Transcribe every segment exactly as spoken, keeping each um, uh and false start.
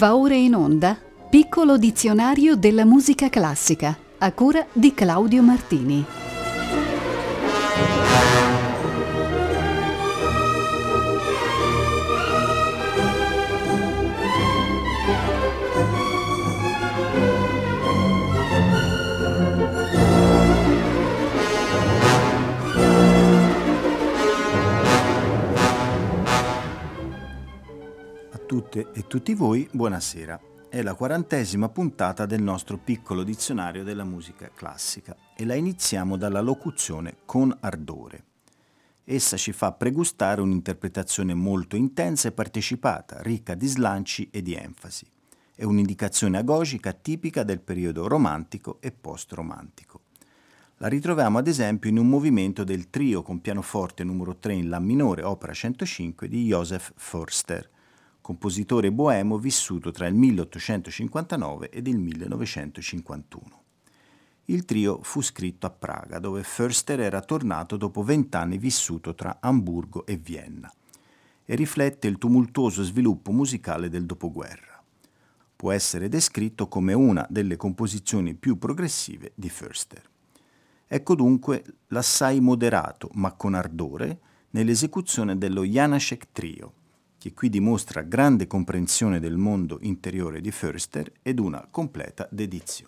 Va ora in onda Piccolo dizionario della musica classica, a cura di Claudio Martini. A tutte e tutti voi, buonasera. È la quarantesima puntata del nostro piccolo dizionario della musica classica e la iniziamo dalla locuzione con ardore. Essa ci fa pregustare un'interpretazione molto intensa e partecipata, ricca di slanci e di enfasi. È un'indicazione agogica tipica del periodo romantico e post-romantico. La ritroviamo ad esempio in un movimento del trio con pianoforte numero tre in La minore, opera centocinque di Joseph Förster, compositore boemo vissuto tra il milleottocentocinquantanove ed il millenovecentocinquantuno. Il trio fu scritto a Praga, dove Förster era tornato dopo vent'anni vissuto tra Amburgo e Vienna, e riflette il tumultuoso sviluppo musicale del dopoguerra. Può essere descritto come una delle composizioni più progressive di Förster. Ecco dunque l'assai moderato, ma con ardore, nell'esecuzione dello Janáček Trio, che qui dimostra grande comprensione del mondo interiore di Förster ed una completa dedizione.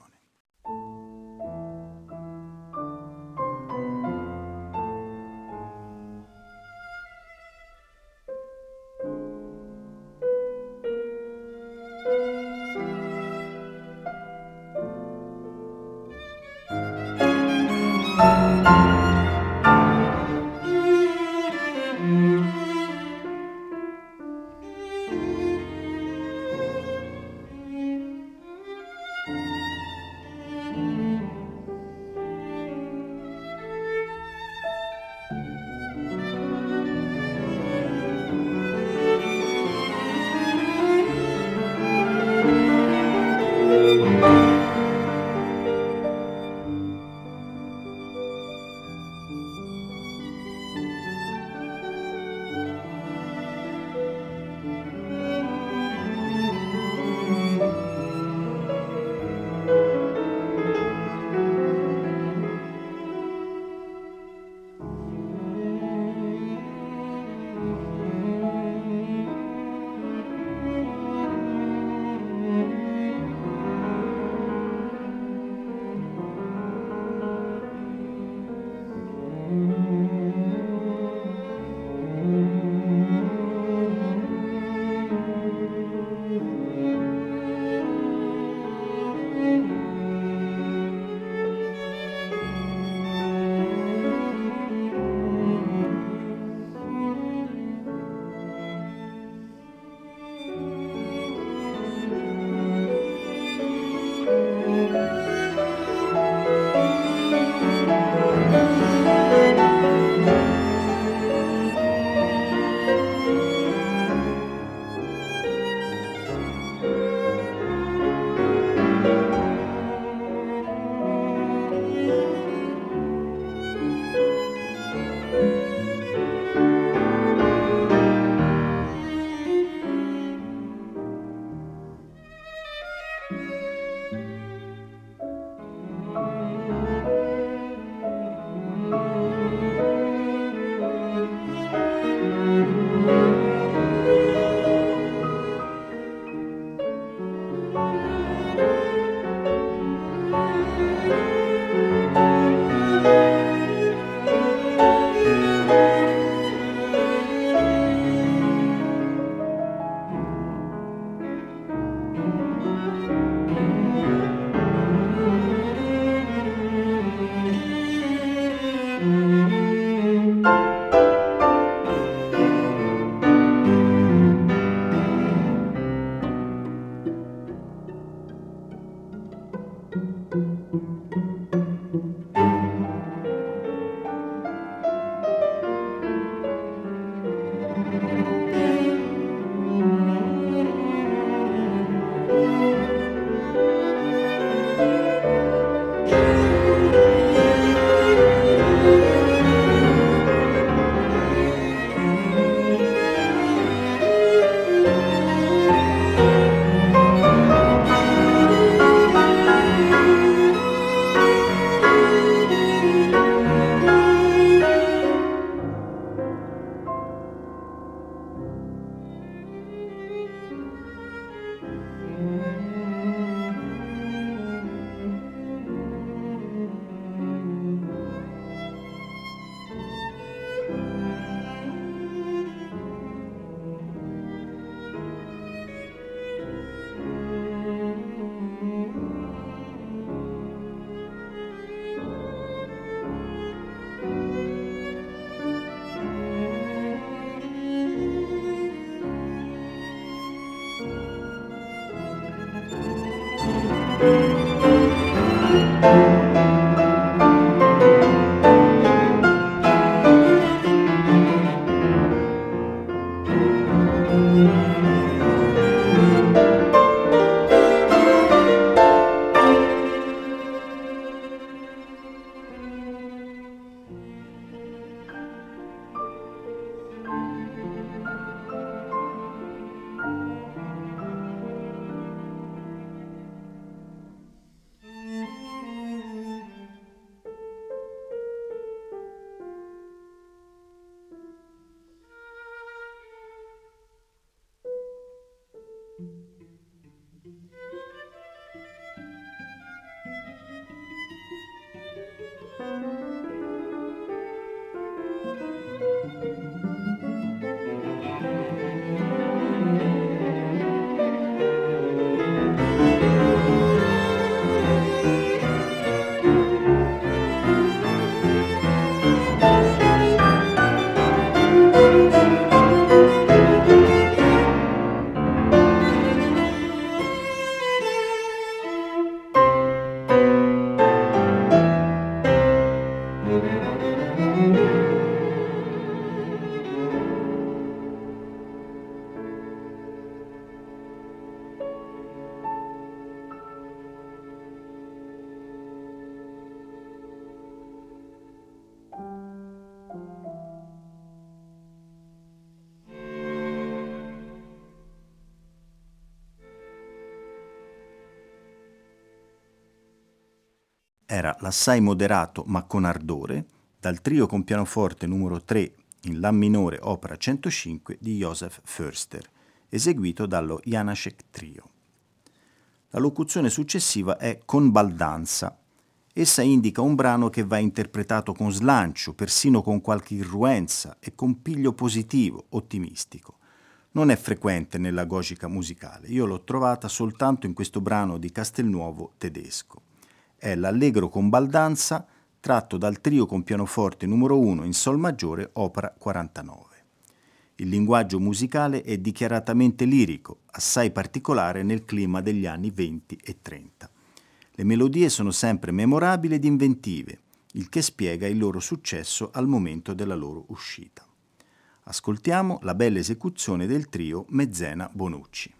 Era l'assai moderato ma con ardore dal trio con pianoforte numero tre in La minore opera centocinque di Joseph Förster, eseguito dallo Janáček Trio. La locuzione successiva è con baldanza. Essa indica un brano che va interpretato con slancio, persino con qualche irruenza e con piglio positivo, ottimistico. Non è frequente nella gogica musicale, io l'ho trovata soltanto in questo brano di Castelnuovo tedesco. È l'allegro con baldanza tratto dal trio con pianoforte numero uno in Sol maggiore, opera quarantanove. Il linguaggio musicale è dichiaratamente lirico, assai particolare nel clima degli anni venti e trenta. Le melodie sono sempre memorabili ed inventive, il che spiega il loro successo al momento della loro uscita. Ascoltiamo la bella esecuzione del trio Mezzena Bonucci.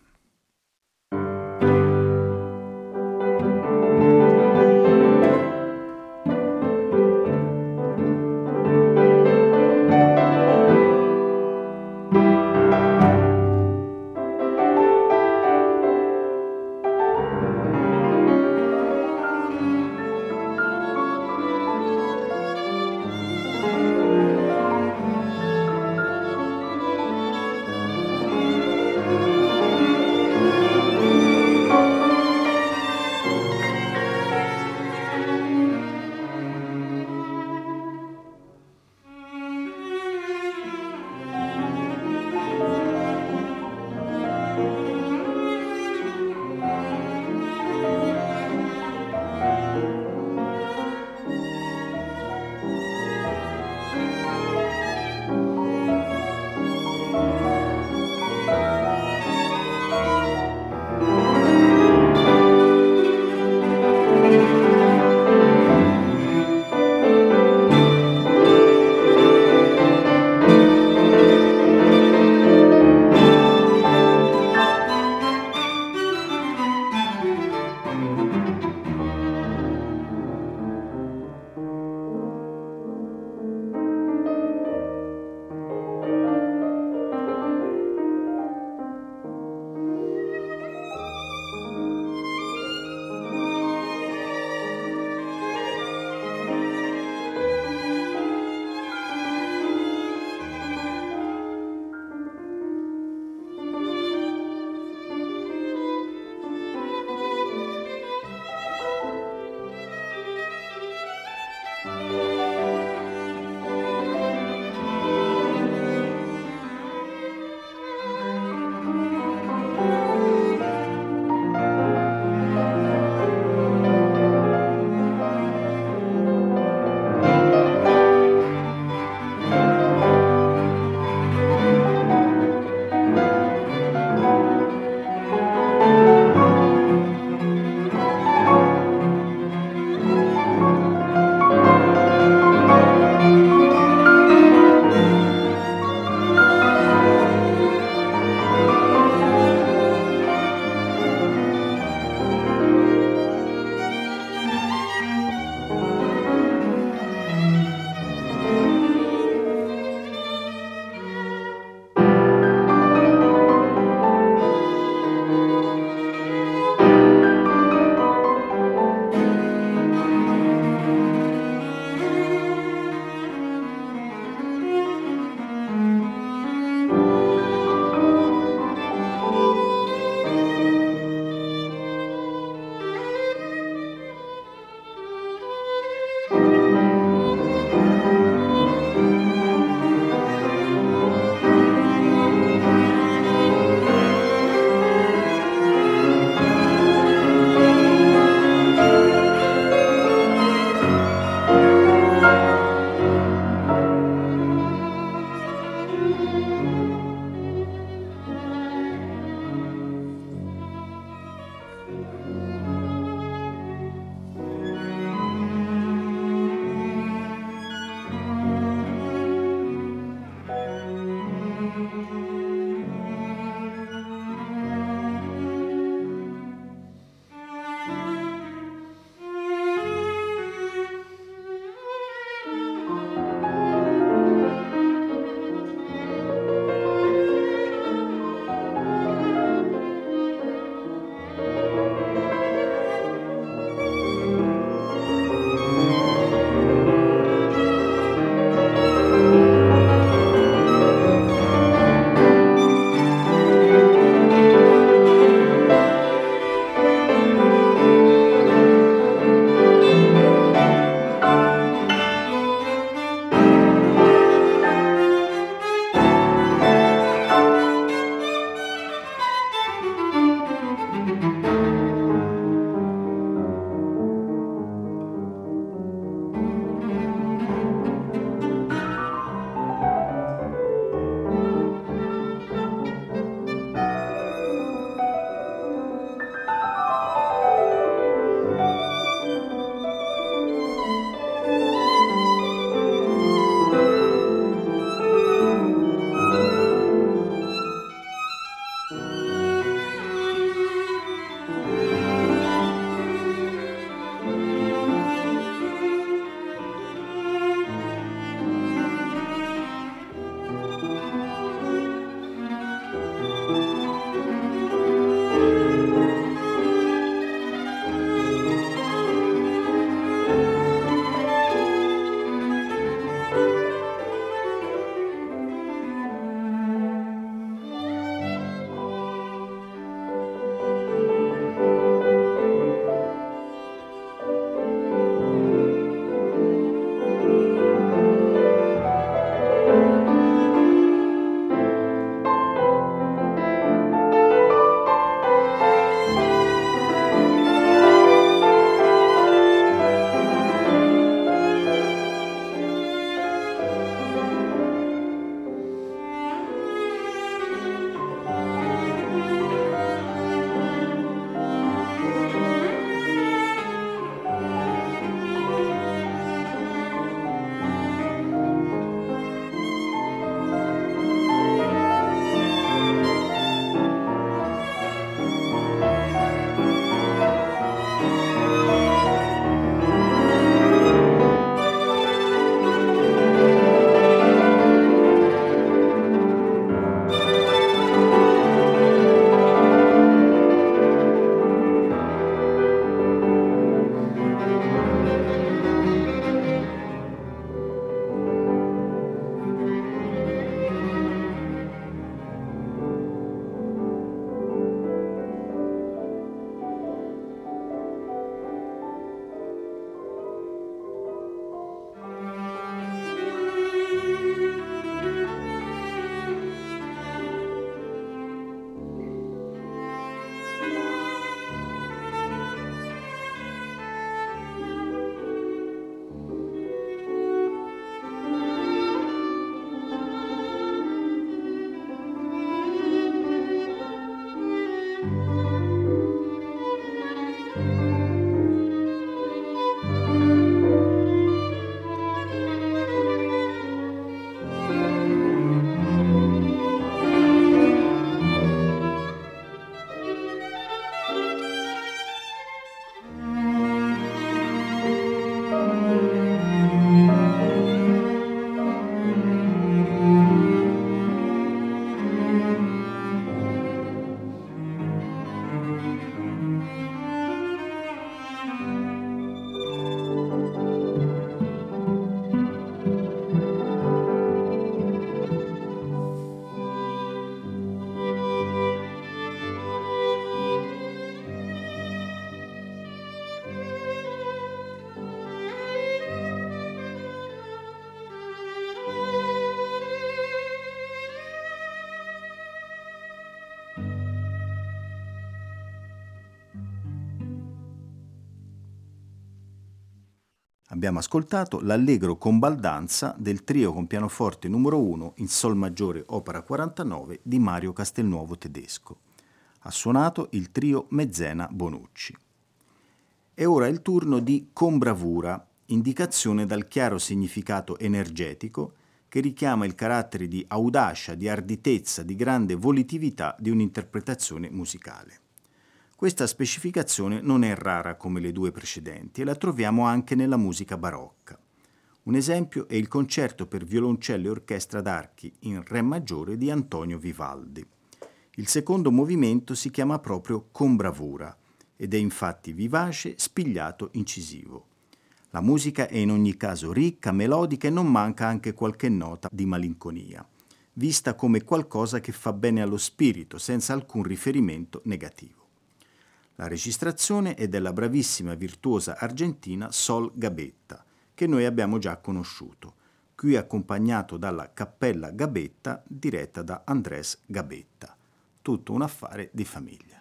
Abbiamo ascoltato l'Allegro con baldanza del trio con pianoforte numero uno in Sol maggiore opera quarantanove di Mario Castelnuovo Tedesco. Ha suonato il trio Mezzena Bonucci. E ora è il turno di Con bravura, indicazione dal chiaro significato energetico che richiama il carattere di audacia, di arditezza, di grande volitività di un'interpretazione musicale. Questa specificazione non è rara come le due precedenti e la troviamo anche nella musica barocca. Un esempio è il concerto per violoncello e orchestra d'archi in Re maggiore di Antonio Vivaldi. Il secondo movimento si chiama proprio Con bravura ed è infatti vivace, spigliato, incisivo. La musica è in ogni caso ricca, melodica e non manca anche qualche nota di malinconia, vista come qualcosa che fa bene allo spirito senza alcun riferimento negativo. La registrazione è della bravissima virtuosa argentina Sol Gabetta, che noi abbiamo già conosciuto, qui accompagnato dalla Cappella Gabetta diretta da Andrés Gabetta. Tutto un affare di famiglia.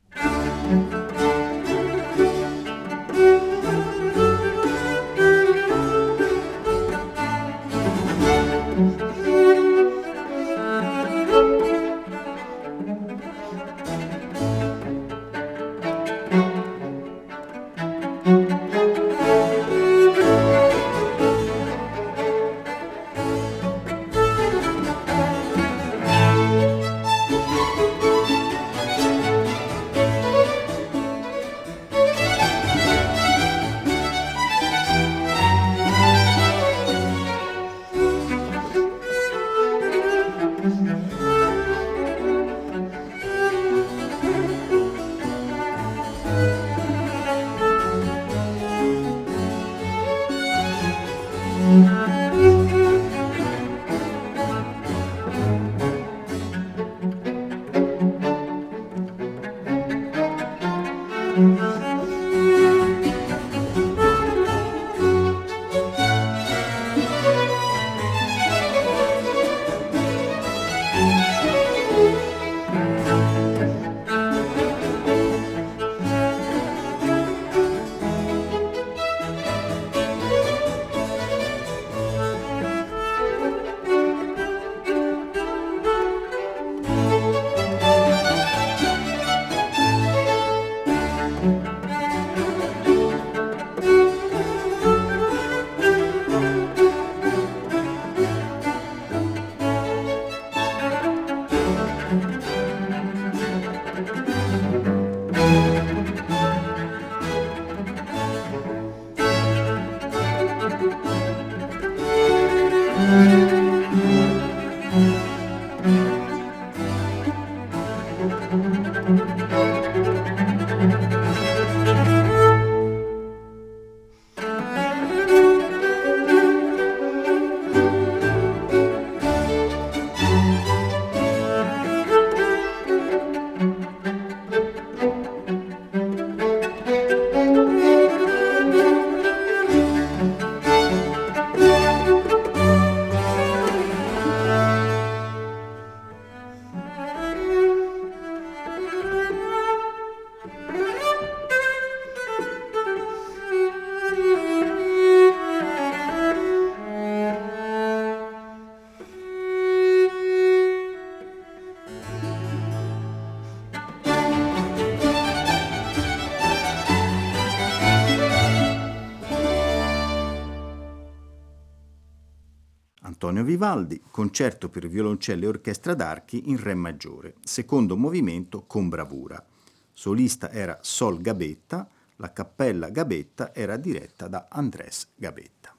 Antonio Vivaldi, concerto per violoncello e orchestra d'archi in Re maggiore, secondo movimento con bravura. Solista era Sol Gabetta, la Cappella Gabetta era diretta da Andrés Gabetta.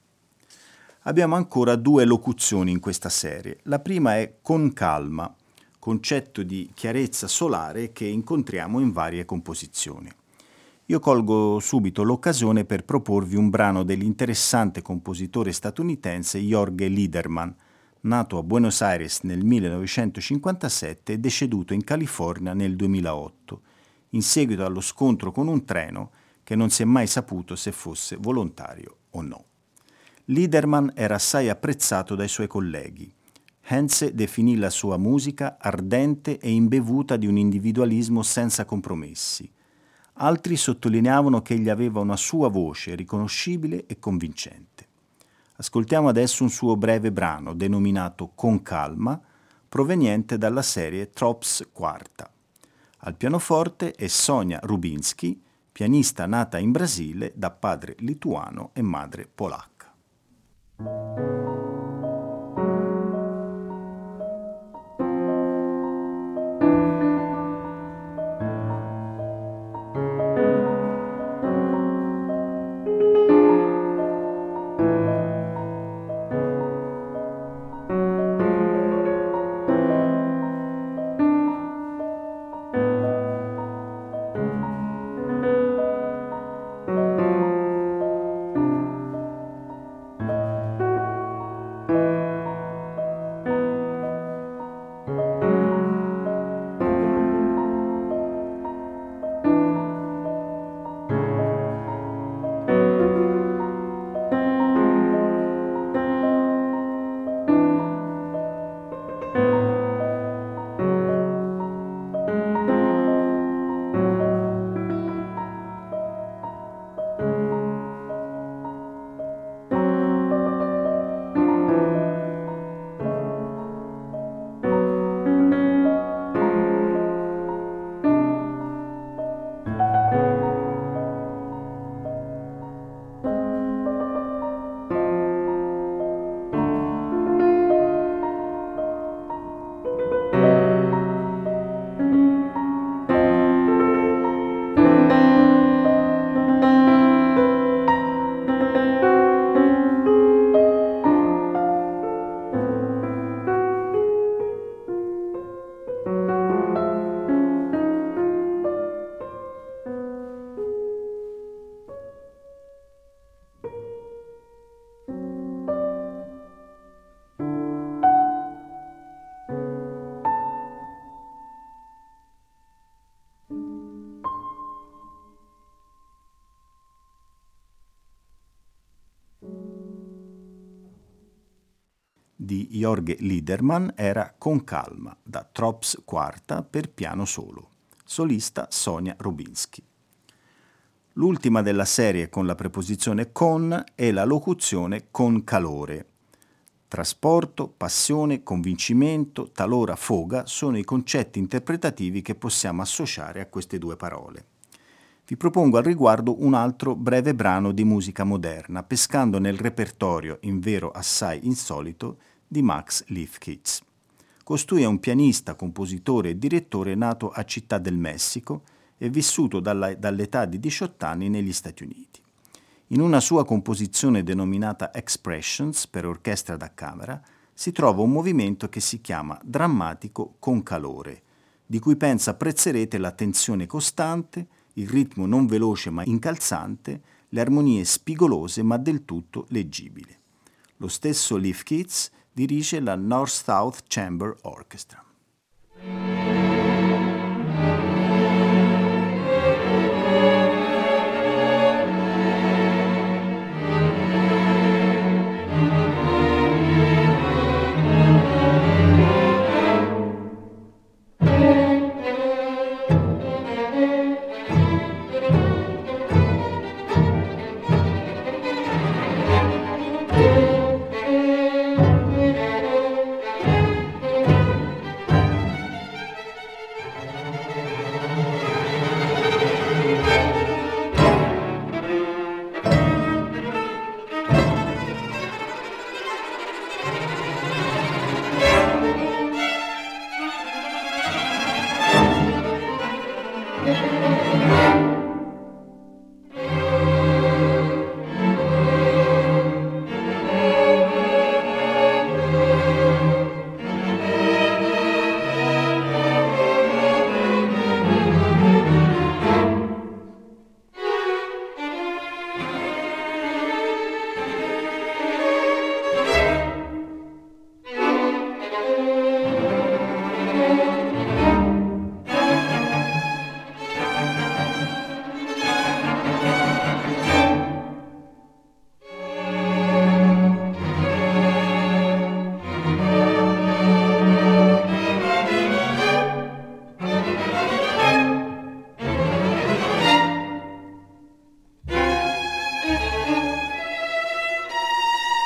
Abbiamo ancora due locuzioni in questa serie. La prima è con calma, concetto di chiarezza solare che incontriamo in varie composizioni. Io colgo subito l'occasione per proporvi un brano dell'interessante compositore statunitense Jorge Liederman, nato a Buenos Aires nel millenovecentocinquantasette e deceduto in California nel duemilaotto, in seguito allo scontro con un treno che non si è mai saputo se fosse volontario o no. Liederman era assai apprezzato dai suoi colleghi. Henze definì la sua musica ardente e imbevuta di un individualismo senza compromessi. Altri sottolineavano che egli aveva una sua voce riconoscibile e convincente. Ascoltiamo adesso un suo breve brano denominato Con calma, proveniente dalla serie Trops Quarta. Al pianoforte è Sonia Rubinsky, pianista nata in Brasile da padre lituano e madre polacca. Di Jorge Liederman era Con calma, da Trops Quarta per piano solo, solista Sonia Rubinsky. L'ultima della serie con la preposizione con è la locuzione con calore. Trasporto, passione, convincimento, talora foga sono i concetti interpretativi che possiamo associare a queste due parole. Vi propongo al riguardo un altro breve brano di musica moderna, pescando nel repertorio, invero assai insolito, di Max Lifshitz. Costui è un pianista, compositore e direttore nato a Città del Messico e vissuto dalla, dall'età di diciotto anni negli Stati Uniti. In una sua composizione denominata Expressions per orchestra da camera si trova un movimento che si chiama Drammatico con calore, di cui penso apprezzerete la tensione costante, il ritmo non veloce ma incalzante, le armonie spigolose ma del tutto leggibili. Lo stesso Lifshitz dirige la North-South Chamber Orchestra.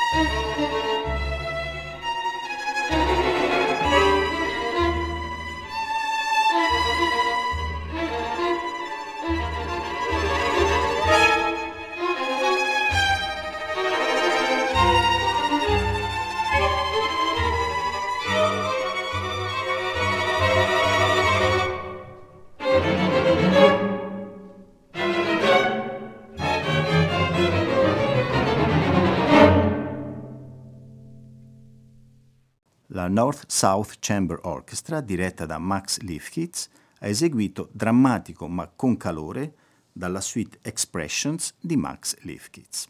La North-South Chamber Orchestra, diretta da Max Lifshitz, ha eseguito Drammatico ma con calore dalla suite Expressions di Max Lifshitz.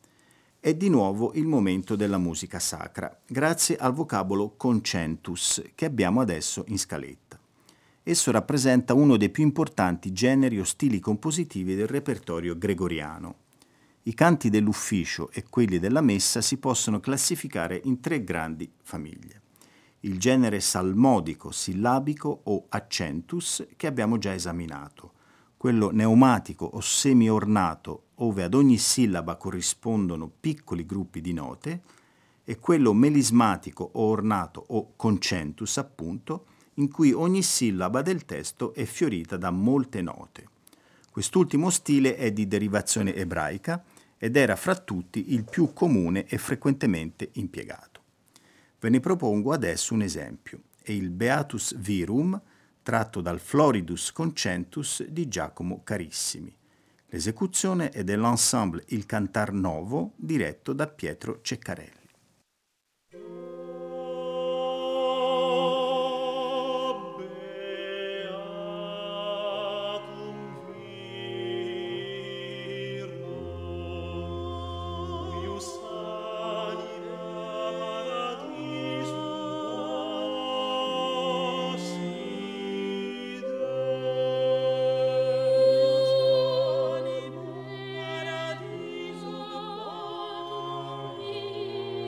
È di nuovo il momento della musica sacra, grazie al vocabolo concentus che abbiamo adesso in scaletta. Esso rappresenta uno dei più importanti generi o stili compositivi del repertorio gregoriano. I canti dell'ufficio e quelli della messa si possono classificare in tre grandi famiglie. Il genere salmodico, sillabico o accentus che abbiamo già esaminato, quello neumatico o semi-ornato, ove ad ogni sillaba corrispondono piccoli gruppi di note, e quello melismatico o ornato o concentus, appunto, in cui ogni sillaba del testo è fiorita da molte note. Quest'ultimo stile è di derivazione ebraica ed era fra tutti il più comune e frequentemente impiegato. Ve ne propongo adesso un esempio, è il Beatus Virum, tratto dal Floridus Concentus di Giacomo Carissimi. L'esecuzione è dell'ensemble Il Cantar Novo, diretto da Pietro Ceccarelli. Paradiso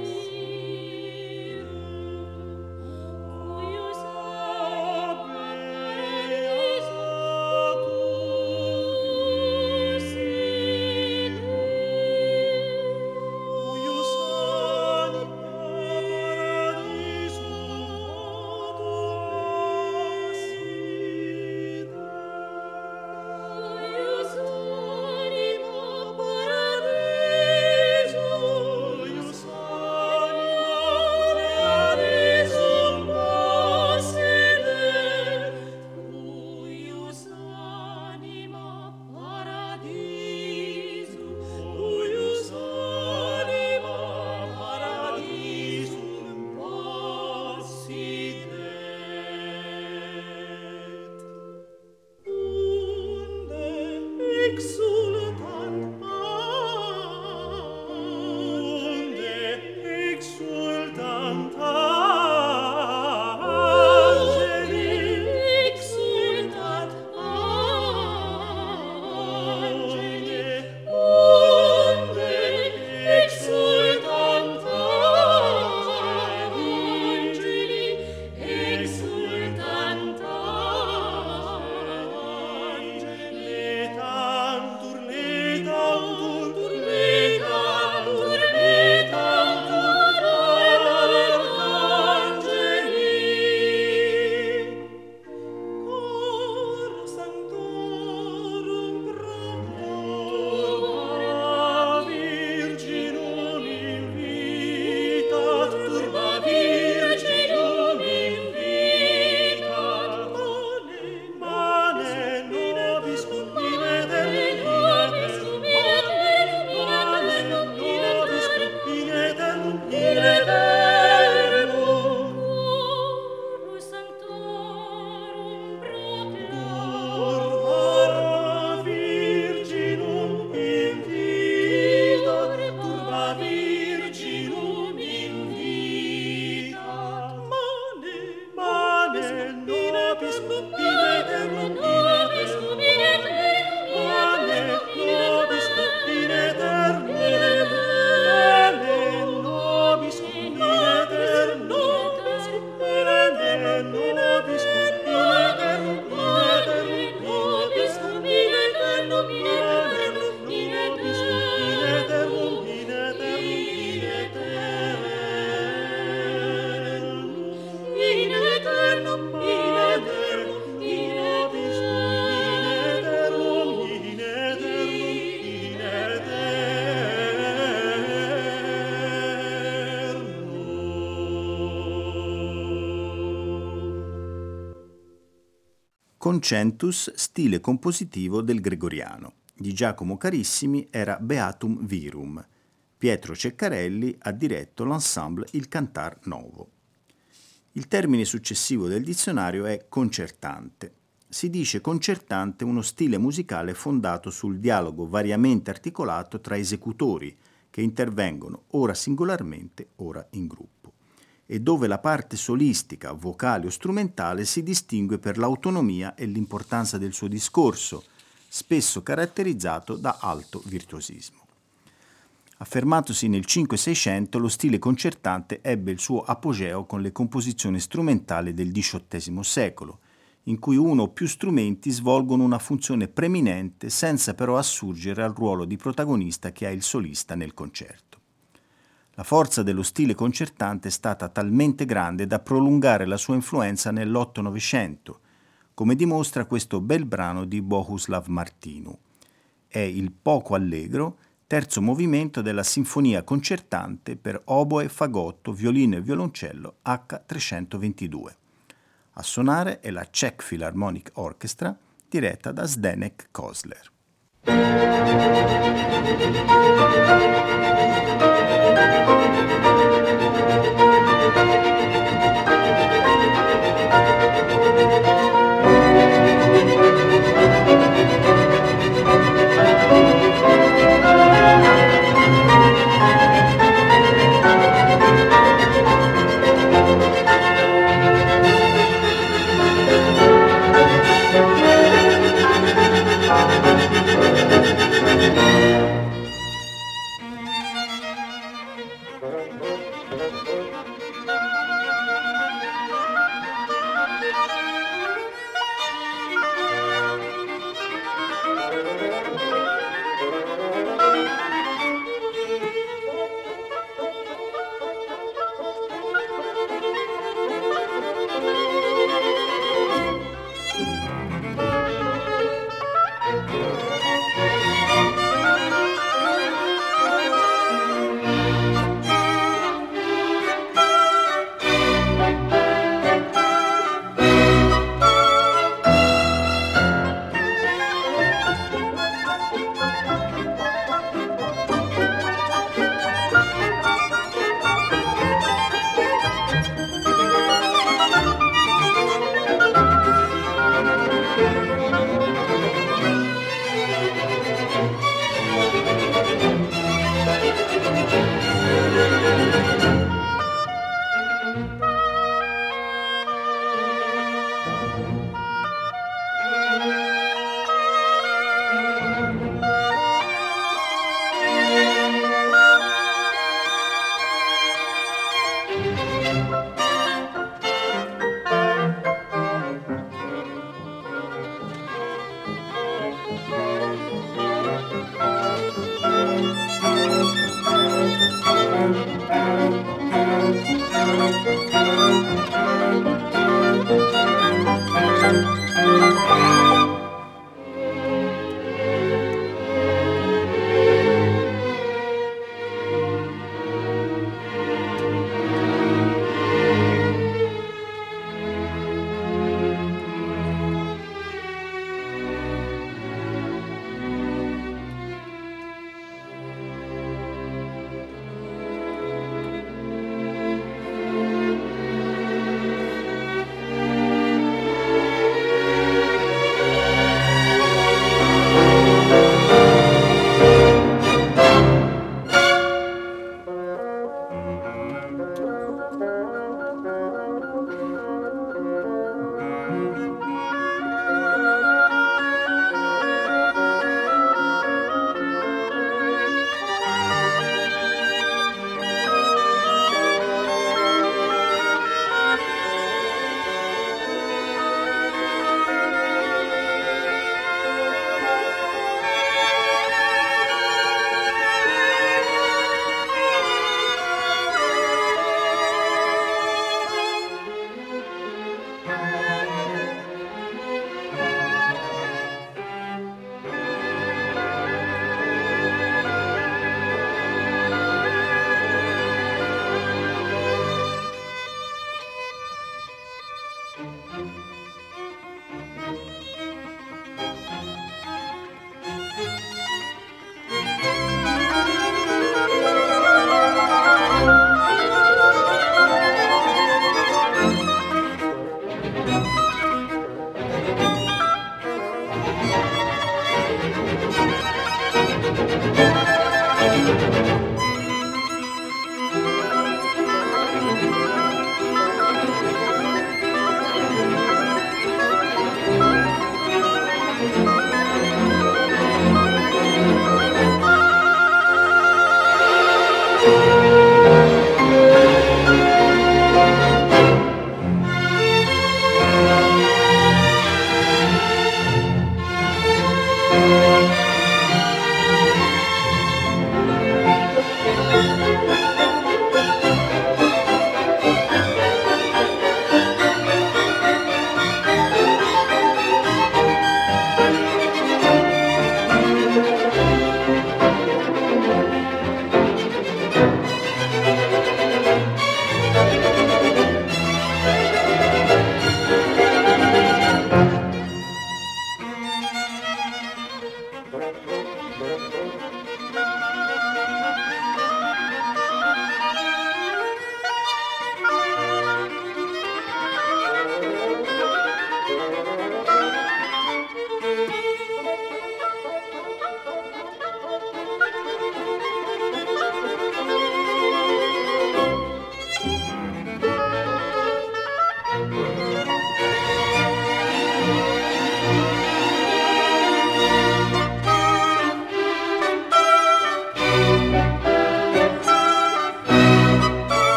Concentus, stile compositivo del gregoriano. Di Giacomo Carissimi era Beatum Virum. Pietro Ceccarelli ha diretto l'ensemble Il Cantar Novo. Il termine successivo del dizionario è concertante. Si dice concertante uno stile musicale fondato sul dialogo variamente articolato tra esecutori che intervengono ora singolarmente, ora in gruppo, e dove la parte solistica, vocale o strumentale si distingue per l'autonomia e l'importanza del suo discorso, spesso caratterizzato da alto virtuosismo. Affermatosi nel cinque seicento, lo stile concertante ebbe il suo apogeo con le composizioni strumentali del diciottesimo secolo, in cui uno o più strumenti svolgono una funzione preminente senza però assurgere al ruolo di protagonista che ha il solista nel concerto. La forza dello stile concertante è stata talmente grande da prolungare la sua influenza nell'otto Novecento, come dimostra questo bel brano di Bohuslav Martinu. È il poco allegro terzo movimento della Sinfonia concertante per oboe, fagotto, violino e violoncello acca trecentoventidue. A suonare è la Czech Philharmonic Orchestra diretta da Zdeněk Kozler.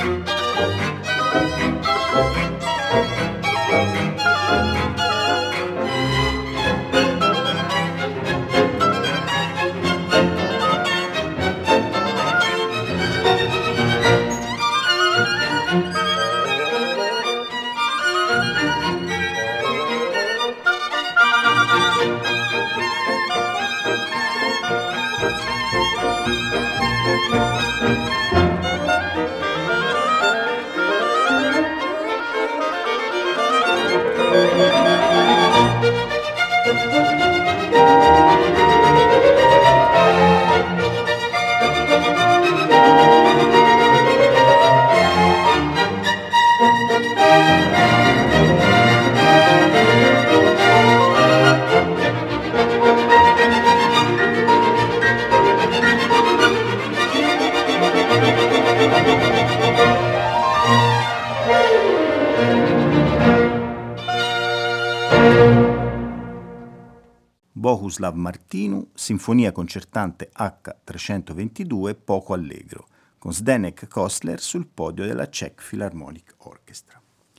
Bohuslav Martinu, Sinfonia concertante acca trecentoventidue, poco allegro, con Zdeněk Kostler sul podio della Czech Philharmonic Orchestra.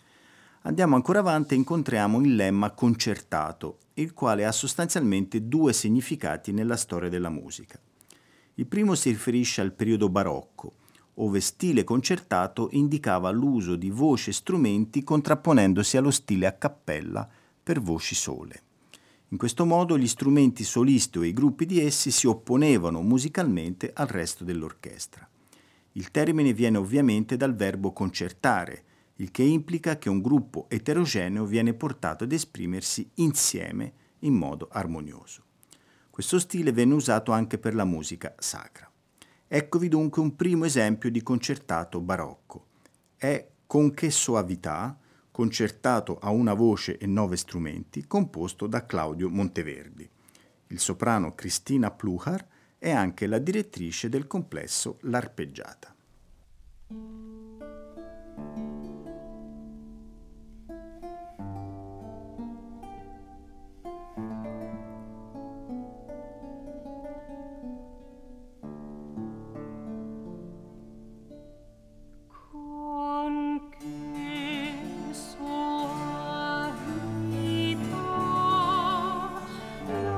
Andiamo ancora avanti e incontriamo il lemma concertato, il quale ha sostanzialmente due significati nella storia della musica. Il primo si riferisce al periodo barocco, ove stile concertato indicava l'uso di voci e strumenti contrapponendosi allo stile a cappella per voci sole. In questo modo gli strumenti solisti o i gruppi di essi si opponevano musicalmente al resto dell'orchestra. Il termine viene ovviamente dal verbo concertare, il che implica che un gruppo eterogeneo viene portato ad esprimersi insieme in modo armonioso. Questo stile venne usato anche per la musica sacra. Eccovi dunque un primo esempio di concertato barocco. È Con che soavità, concertato a una voce e nove strumenti, composto da Claudio Monteverdi. Il soprano Cristina Pluhar è anche la direttrice del complesso L'Arpeggiata.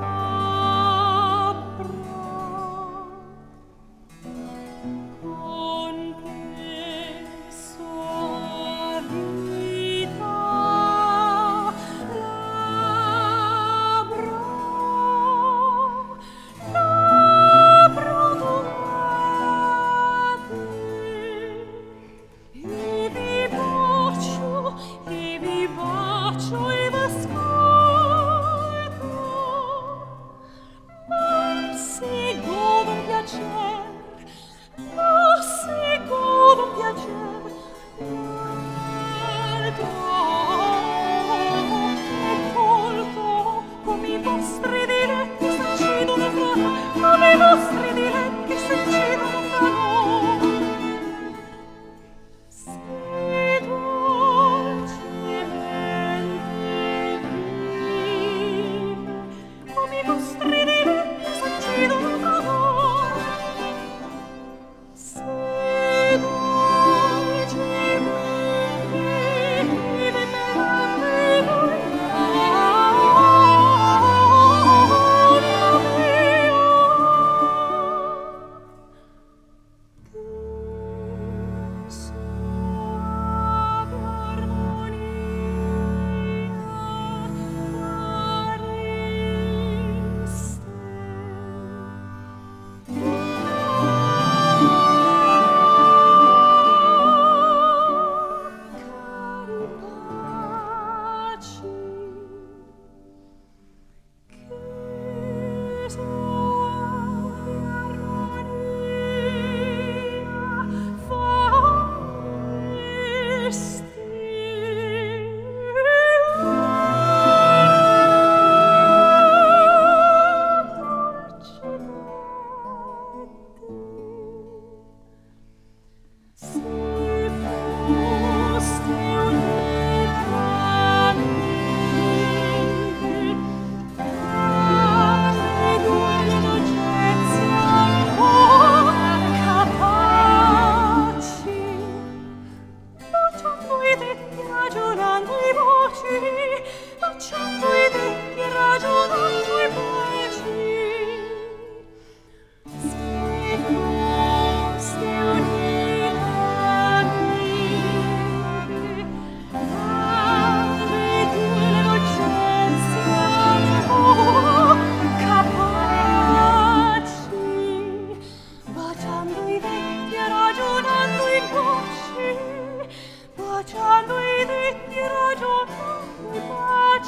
Oh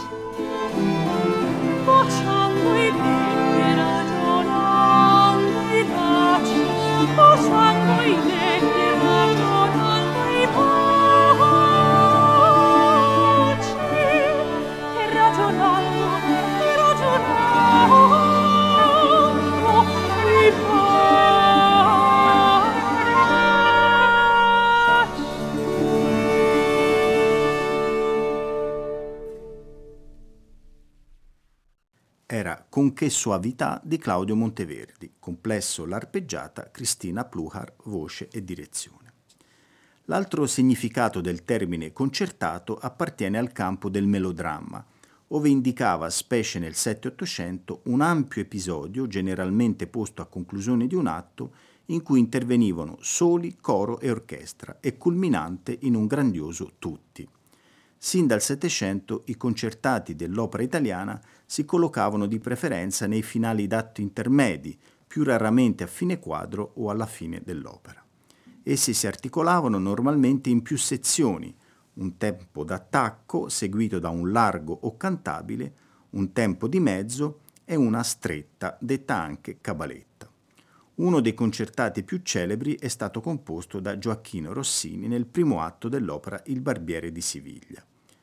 Con che suavità di Claudio Monteverdi, complesso l'arpeggiata, Cristina Pluhar, voce e direzione. L'altro significato del termine concertato appartiene al campo del melodramma, ove indicava, specie nel sette ottocento, un ampio episodio generalmente posto a conclusione di un atto in cui intervenivano soli, coro e orchestra e culminante in un grandioso tutti. Sin dal Settecento i concertati dell'opera italiana si collocavano di preferenza nei finali d'atto intermedi, più raramente a fine quadro o alla fine dell'opera. Essi si articolavano normalmente in più sezioni, un tempo d'attacco seguito da un largo o cantabile, un tempo di mezzo e una stretta, detta anche cabaletta. Uno dei concertati più celebri è stato composto da Gioacchino Rossini nel primo atto dell'opera Il Barbiere di Siviglia.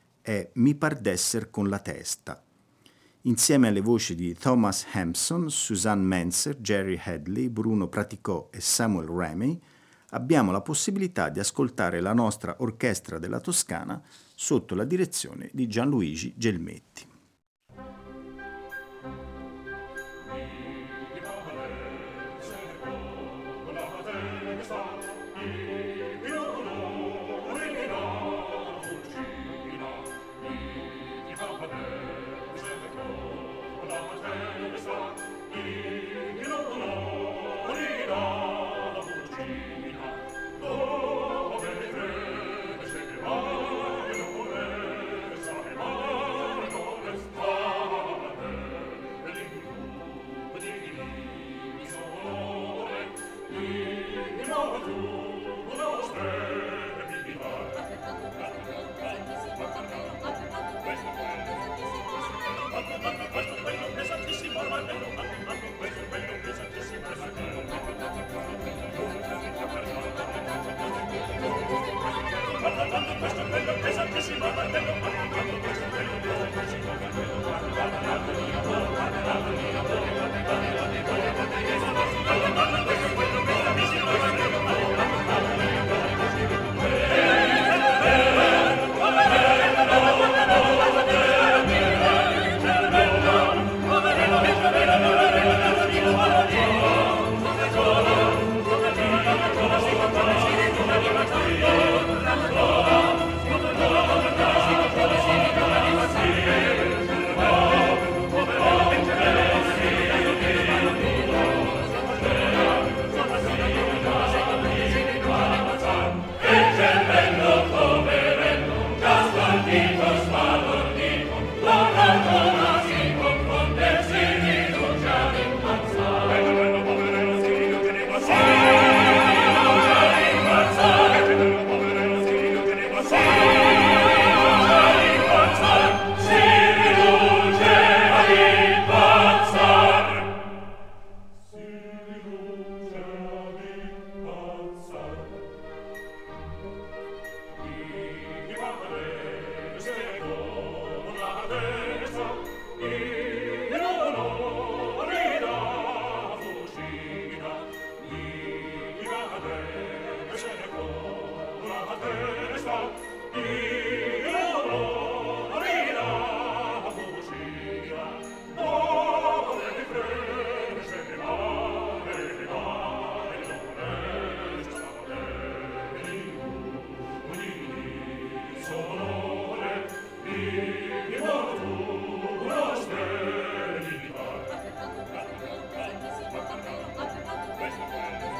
È Mi par d'esser con la testa. Insieme alle voci di Thomas Hampson, Suzanne Menzer, Jerry Hadley, Bruno Praticò e Samuel Ramey, abbiamo la possibilità di ascoltare la nostra Orchestra della Toscana sotto la direzione di Gianluigi Gelmetti.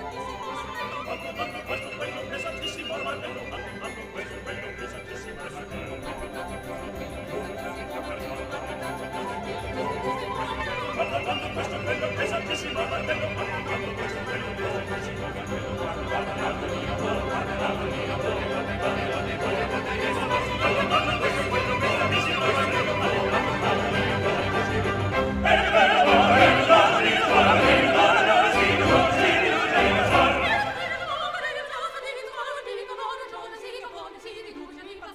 Questo bello pesantissimo, bello, bello, bello, pesantissimo,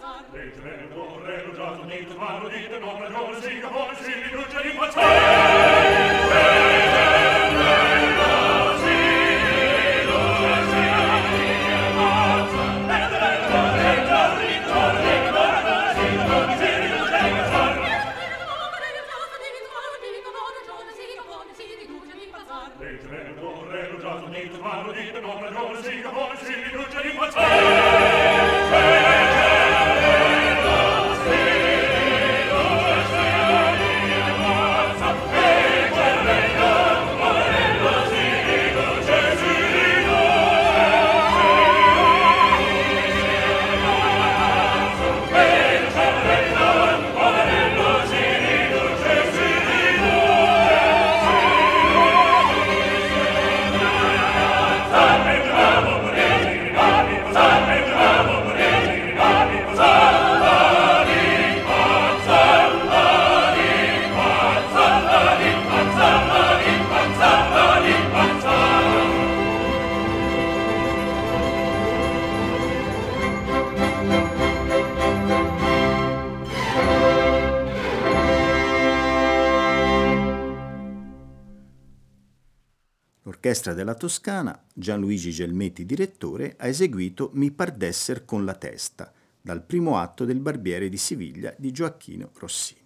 L'Orchestra della Toscana, Gianluigi Gelmetti direttore, ha eseguito Mi par d'esser con la testa, dal primo atto del Barbiere di Siviglia di Gioacchino Rossini.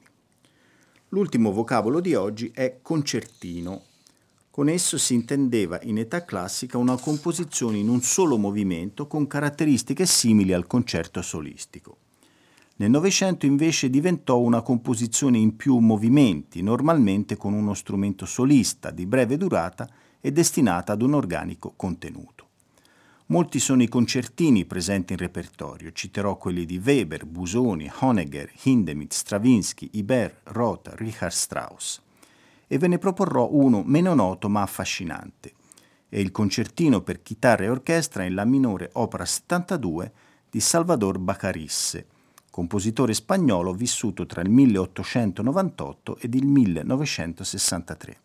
L'ultimo vocabolo di oggi è concertino. Con esso si intendeva in età classica una composizione in un solo movimento con caratteristiche simili al concerto solistico. Nel Novecento invece diventò una composizione in più movimenti, normalmente con uno strumento solista di breve durata e destinata ad un organico contenuto. Molti sono i concertini presenti in repertorio, citerò quelli di Weber, Busoni, Honegger, Hindemith, Stravinsky, Ibert, Roth, Richard Strauss. E ve ne proporrò uno meno noto ma affascinante. È il concertino per chitarra e orchestra in La minore opera settantadue di Salvador Bacarisse, compositore spagnolo vissuto tra il milleottocentonovantotto ed il millenovecentosessantatré.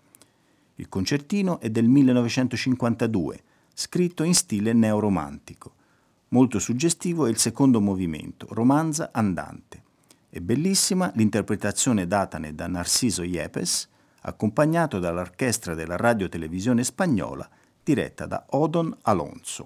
Il concertino è del millenovecentocinquantadue, scritto in stile neoromantico. Molto suggestivo è il secondo movimento, romanza andante. È bellissima l'interpretazione datane da Narciso Yepes, accompagnato dall'orchestra della radiotelevisione spagnola, diretta da Odon Alonso.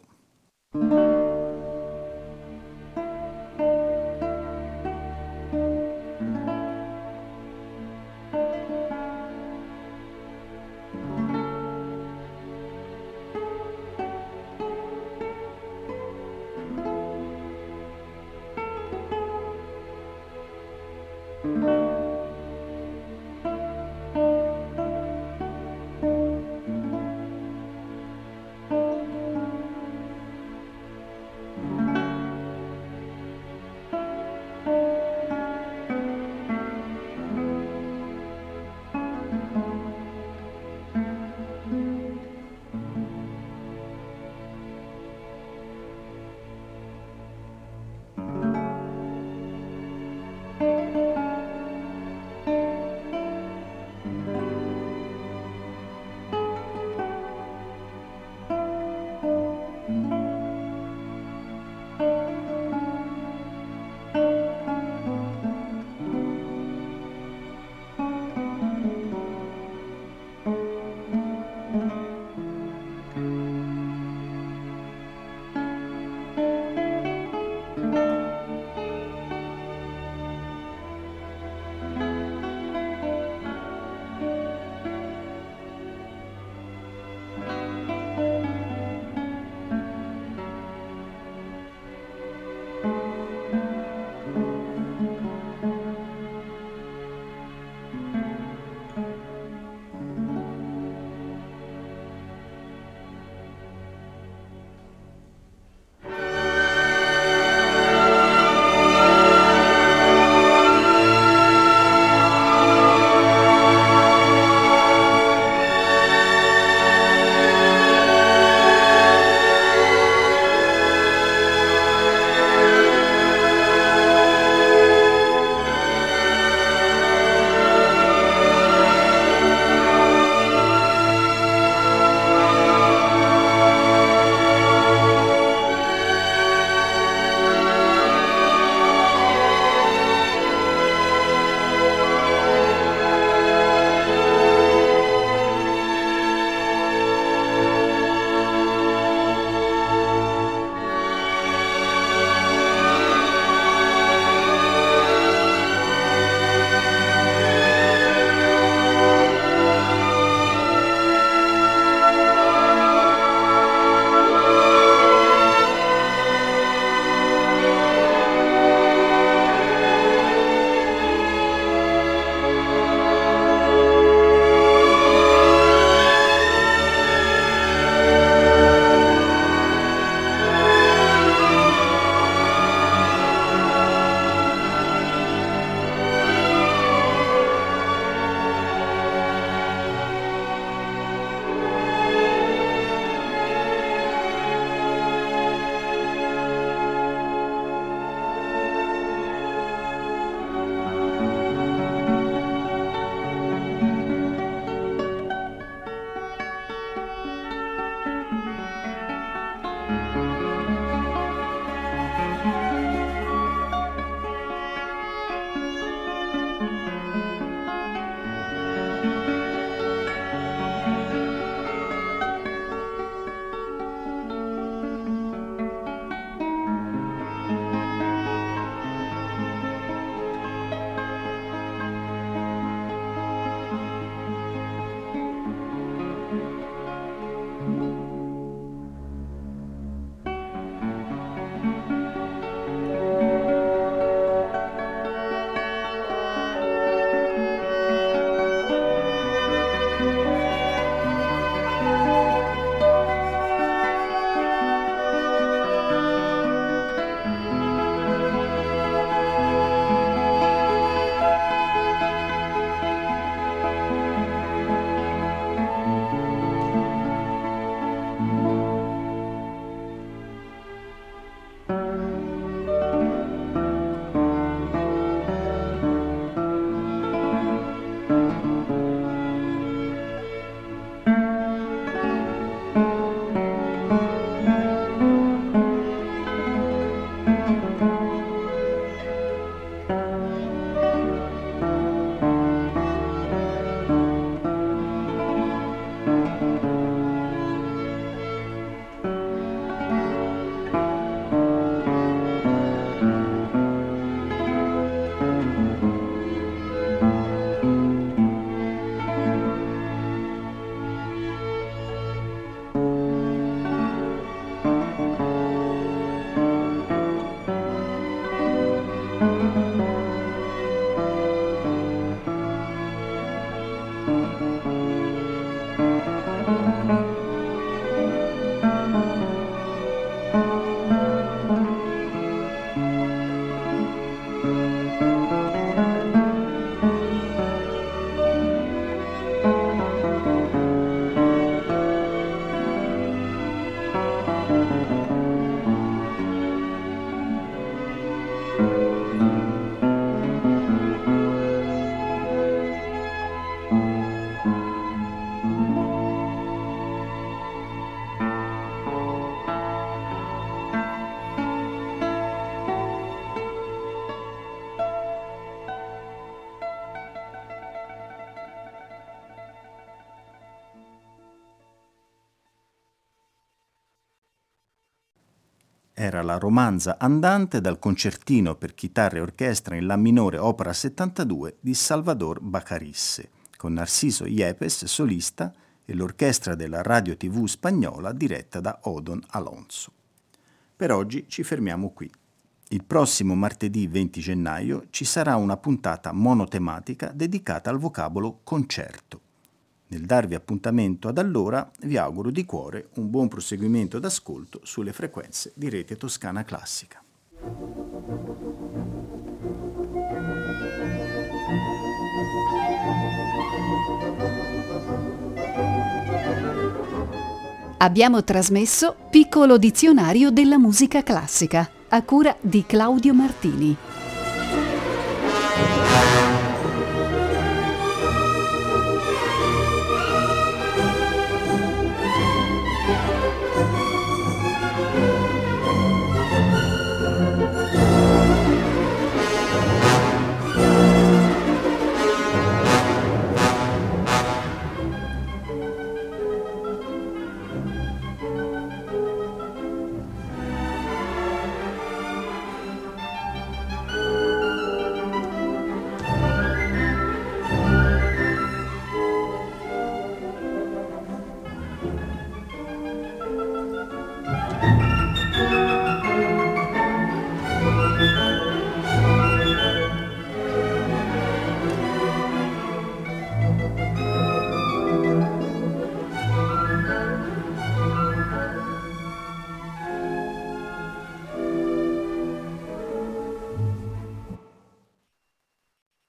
Era la romanza andante dal concertino per chitarra e orchestra in La minore opera settantadue di Salvador Bacarisse, con Narciso Yepes solista e l'orchestra della Radio tivù spagnola diretta da Odon Alonso. Per oggi ci fermiamo qui. Il prossimo martedì venti gennaio ci sarà una puntata monotematica dedicata al vocabolo concerto. Nel darvi appuntamento ad allora, vi auguro di cuore un buon proseguimento d'ascolto sulle frequenze di Rete Toscana Classica. Abbiamo trasmesso Piccolo dizionario della musica classica, a cura di Claudio Martini.